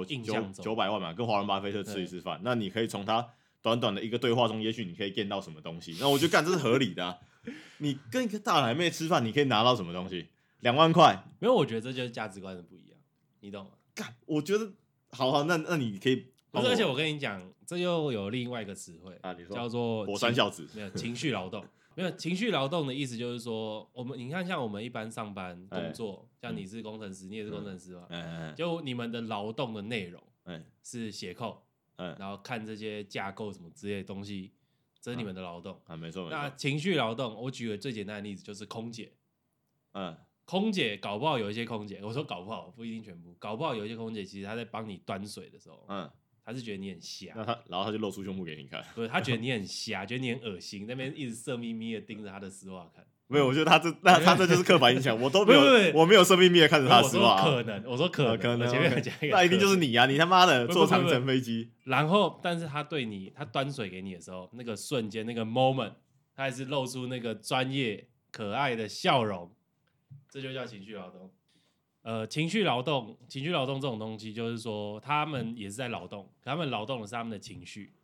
900万嘛，跟华伦巴菲特吃一次饭，那你可以从他短短的一个对话中，也许你可以见到什么东西。那我觉得干这是合理的啊，你跟一个大奶妹吃饭，你可以拿到什么东西？2万块？ 没有，我觉得这就是价值观的不一样。你懂吗？ 干，我觉得好，那你可以， 而且我跟你讲，这又有另外一个词汇叫做火山孝子， 没有情绪劳动，没有情绪劳动的意思就是说，你看像我们一般上班工作，像你是工程师，你也是工程师嘛，就你们的劳动的内容，是写code，然后看这些架构什么之类的东西，这是你们的劳动没错。 那情绪劳动，我举个最简单的例子，就是空姐，空姐搞不好有一些空姐，我说搞不好不一定全部，搞不好有一些空姐其实她在帮你端水的时候，她是觉得你很瞎， 然后她就露出胸部给你看， 不是，她觉得你很瞎，觉得你很恶心，那边一直色眯眯的盯着她的丝袜看。 没有，我觉得他这就是刻板印象，我都没有，我没有色眯眯的看着他的丝袜。 我说可能，前面有讲一个， 那一定就是你啊，你他妈的坐长程飞机。 然后，但是他对你，他端水给你的时候，那个瞬间，那个 moment， 他还是露出那个专业可爱的笑容。这就叫情绪劳动。情绪劳动这种东西，就是说他们也是在劳动，可他们劳动的是他们的情绪，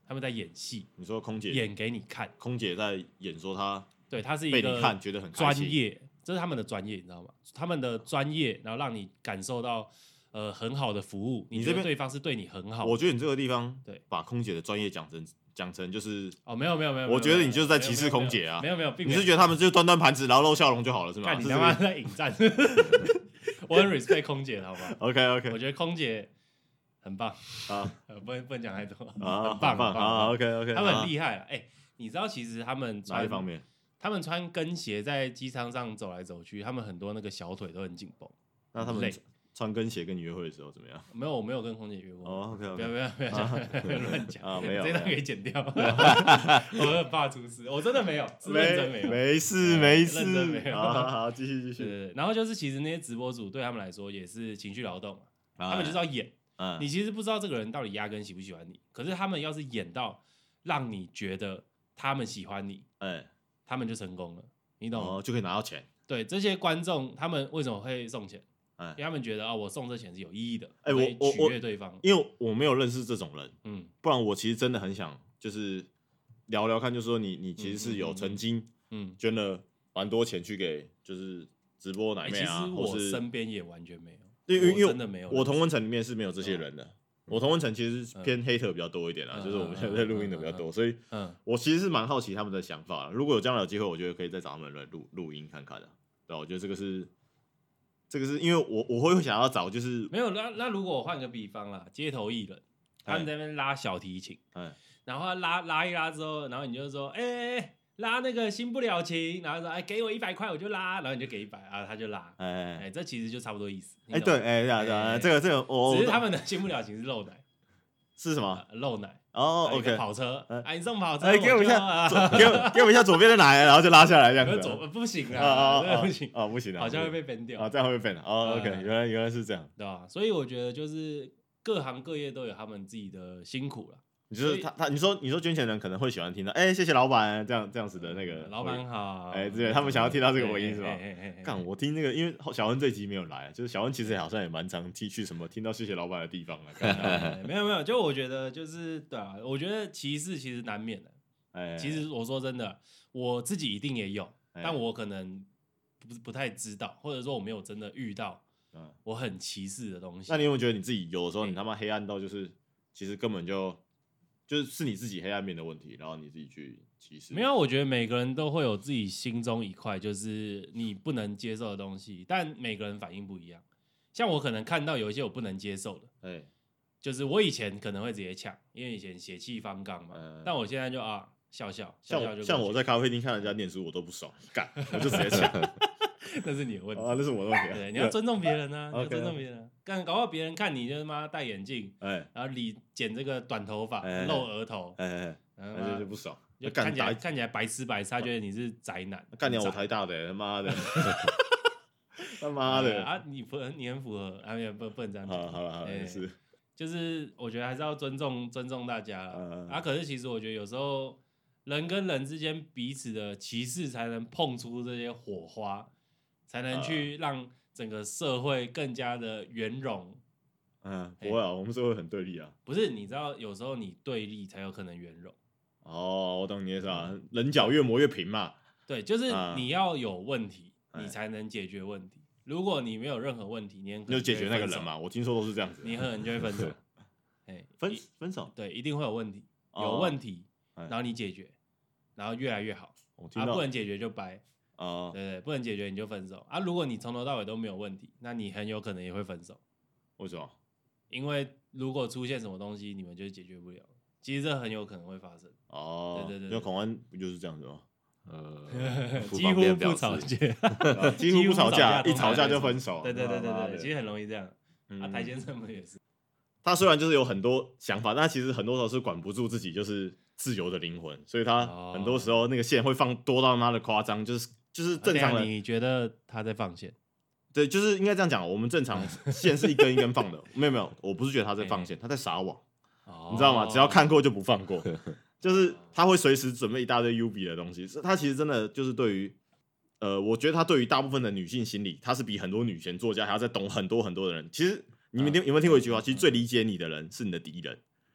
他们在演戏。 你说空姐演给你看， 空姐在演说她对，她是一个被你看觉得很开心专业，这是他们的专业，你知道吗？他们的专业，然后让你感受到很好的服务，你觉得对方是对你很好。 我觉得你这个地方对把空姐的专业讲成就是没有， 我觉得你就是在歧视空姐啊， 没有， 你是觉得他们就端盘子然后露笑容就好了是吗？ 你他妈在引战，我很 respect 空姐的好不好 ？OK， 我觉得空姐很棒啊， 不能讲太多，很棒啊 ，OK， 他们很厉害啊，你知道其实他们哪一方面？ 他们穿跟鞋在机舱上走来走去，他们很多那个小腿都很紧绷。 那他们穿跟鞋跟你约会的时候怎么样？ 没有，我没有跟空姐约过。 OK， 不要乱讲啊，没有， 这段可以剪掉。我很怕出事，我真的没有，是认真没有， 没事， 认真没有。 好，继续。 对，然后就是其实那些直播主对他们来说也是情绪劳动，他们就是要演。你其实不知道这个人到底压根喜不喜欢你，可是他们要是演到让你觉得他们喜欢你，他们就成功了，你懂吗？ 就可以拿到钱。 对，这些观众他们为什么会送钱？因为他们觉得我送这钱是有意义的，我取悦对方。 因为我没有认识这种人，不然我其实真的很想就是聊聊看，就是说你其实是有曾经捐了蛮多钱去给就是直播奶妹啊， 其实我身边也完全没有。 因为真的没有， 我同温层里面是没有这些人的。我同温层其实是偏黑特比较多一点啦，就是我们现在在录音的比较多，所以我其实是蛮好奇他们的想法。如果有将来有机会，我觉得可以再找他们来录音看看的。对，我觉得这个是因为我会想要找就是没有那如果我换个比方啦，街头艺人他们在那边拉小提琴，然后拉一拉之后，然后你就说拉那个新不了情，然后说给我100块我就拉，然后你就给100啊，他就拉，这其实就差不多意思。 对，对，这个只是他们的新不了情是漏奶， 是什么？ 漏奶。 OK， 跑车，你送跑车， 给我一下，给我一下左边的奶，然后就拉下来这样子。 不行啊， 不行不行， 好像会被 ban 掉这样会被 ban。OK，原来是这样， 对吧？所以我觉得就是各行各业都有他们自己的辛苦了。 就是你说捐钱人可能会喜欢听到，谢谢老板这样子的那个老板好， 对，他们想要听到这个回音是吧？干，我听那个，因为小恩这集没有来，就是小恩其实好像也蛮常去什么听到谢谢老板的地方了。 没有，就我觉得就是对啊，我觉得歧视其实难免的。其实我说真的，我自己一定也有，但我可能不太知道，或者说我没有真的遇到我很歧视的东西。 那你有没有觉得你自己有的时候你他妈黑暗到就是其实根本就是你自己黑暗面的问题，然后你自己去歧视？ 没有，我觉得每个人都会有自己心中一块就是你不能接受的东西，但每个人反应不一样。像我可能看到有一些我不能接受的，就是我以前可能会直接呛，因为以前血气方刚嘛，但我现在就笑就像我在咖啡厅看人家念书，我都不爽，干我就直接抢。 那是你的问题那是我的问题。 对，你要尊重别人啊，你要尊重别人。搞不好别人看你就是妈戴眼镜，然后剪这个短头发，露额头， 那就不爽， 就看起来白痴，他觉得你是宅男。 干掉我台大的，他妈的，他妈的啊！你很符合，也不能这样讲。 好了，也是， 就是我觉得还是要尊重大家啦。可是其实我觉得有时候人跟人之间彼此的歧视，才能碰出这些火花。才能去让整个社会更加的圆融。 不会啊，我们社会很对立啊。 不是，你知道有时候你对立才有可能圆融。 我懂你的意思啊，人脚越磨越平嘛。 对，就是你要有问题，你才能解决问题。如果你没有任何问题，你就解决那个人嘛。我听说都是这样子， 你很可能就会分手。 分手， 对，一定会有问题，有问题，然后你解决，然后越来越好。不能解决就掰。对，不能解决你就分手啊！如果你从头到尾都没有问题，那你很有可能也会分手。 为什么？ 因为如果出现什么东西，你们就解决不了。其实这很有可能会发生。对， 因为孔安不就是这样子吗？ 几乎不吵架， 几乎不吵架，一吵架就分手。 对，其实很容易这样。台先生们也是。他虽然就是有很多想法，但其实很多时候是管不住自己，就是自由的灵魂，所以他很多时候那个线会放多到妈的夸张，就是正常人。 你觉得他在放线？ 对，就是应该这样讲。我们正常线是一根一根放的，没有，我不是觉得他在放线，他在撒网，你知道吗？只要看过就不放过，就是他会随时准备一大堆 UB 的东西。他其实真的就是对于，我觉得他对于大部分的女性心理，他是比很多女权作家还要再懂很多很多的人。其实你们有没有听过一句话？其实最理解你的人是你的敌人。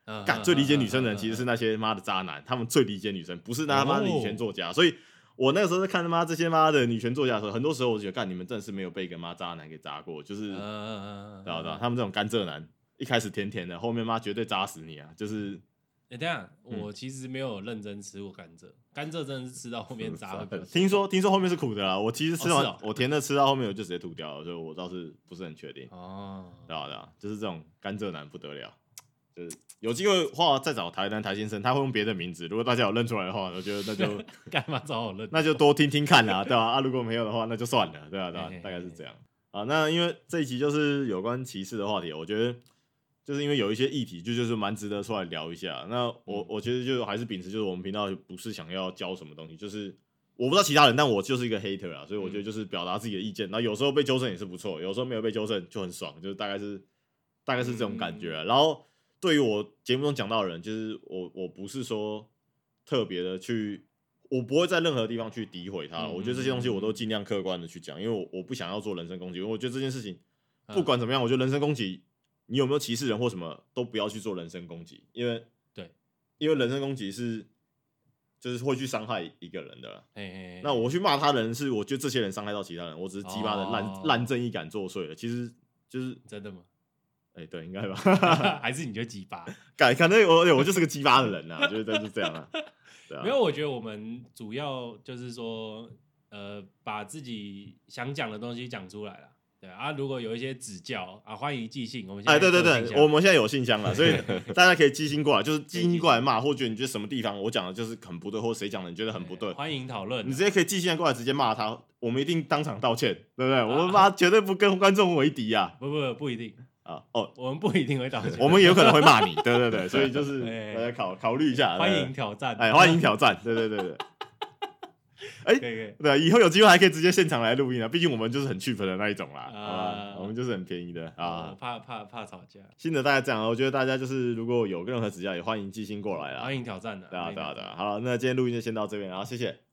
干最理解女生的人其实是那些妈的渣男，他们最理解女生，不是那他妈的女权作家。所以我那个时候在看他妈这些妈的女权作家的时候，很多时候我就觉得，干你们真的是没有被一个妈渣男给渣过，就是知道他们这种甘蔗男，一开始甜甜的，后面妈绝对渣死你啊！就是， 等一下，我其实没有认真吃过甘蔗，甘蔗真的是吃到后面渣会。 听说后面是苦的啦，我其实吃完我甜的吃到后面我就直接吐掉了，所以我倒是不是很确定。哦，对啊，就是这种甘蔗男不得了。就是有机会的话，再找台先生，他会用别的名字。如果大家有认出来的话，我觉得那就干嘛找我认？ 那就多听听看啦，对吧？啊，如果没有的话，那就算了，对吧？大概是这样。啊，那因为这一集就是有关歧视的话题，我觉得就是因为有一些议题，就是蛮值得出来聊一下。那我觉得就还是秉持，就是我们频道不是想要教什么东西，就是我不知道其他人，但我就是一个 hater 啊，所以我觉得就是表达自己的意见。然后有时候被纠正也是不错，有时候没有被纠正就很爽，就是大概是这种感觉。然后对于我节目中讲到的人，就是我不是说特别的去，我不会在任何地方去诋毁他。我觉得这些东西我都尽量客观的去讲，因为我不想要做人身攻击。因为我觉得这件事情不管怎么样，我觉得人身攻击，你有没有歧视人或什么，都不要去做人身攻击，因为人身攻击就是会去伤害一个人的啦。那我去骂他人是，我觉得这些人伤害到其他人，我只是鸡巴的烂正义感作祟了。其实就是真的吗？ 对，应该吧。 还是你就鸡巴？ 可能我就是个鸡巴的人啊，就是这样啊。对啊， 没有，我觉得我们主要就是说，把自己想讲的东西讲出来了。对啊，如果有一些指教啊，欢迎寄信。我们现在对，我们现在有信箱了，所以大家可以寄信过来，就是寄信过来骂，或者你觉得什么地方我讲的就是很不对，或者谁讲的你觉得很不对， 欢迎讨论。 你直接可以寄信过来，直接骂他，我们一定当场道歉，对不对？我们妈绝对不跟观众为敌啊！ 不一定。 我们不一定会道歉， 我们有可能会骂你，对，所以就是大家考虑一下， 欢迎挑战， 欢迎挑战，对。对，以后有机会还可以直接现场来录音啊，毕竟我们就是很cheap的那一种啦，好吧，我们就是很便宜的啊， 怕吵架。 新的大概这样，我觉得大家就是如果有任何指教，也欢迎寄信过来啦， 欢迎挑战的， 对啊，好了，那今天录音就先到这边，然后谢谢。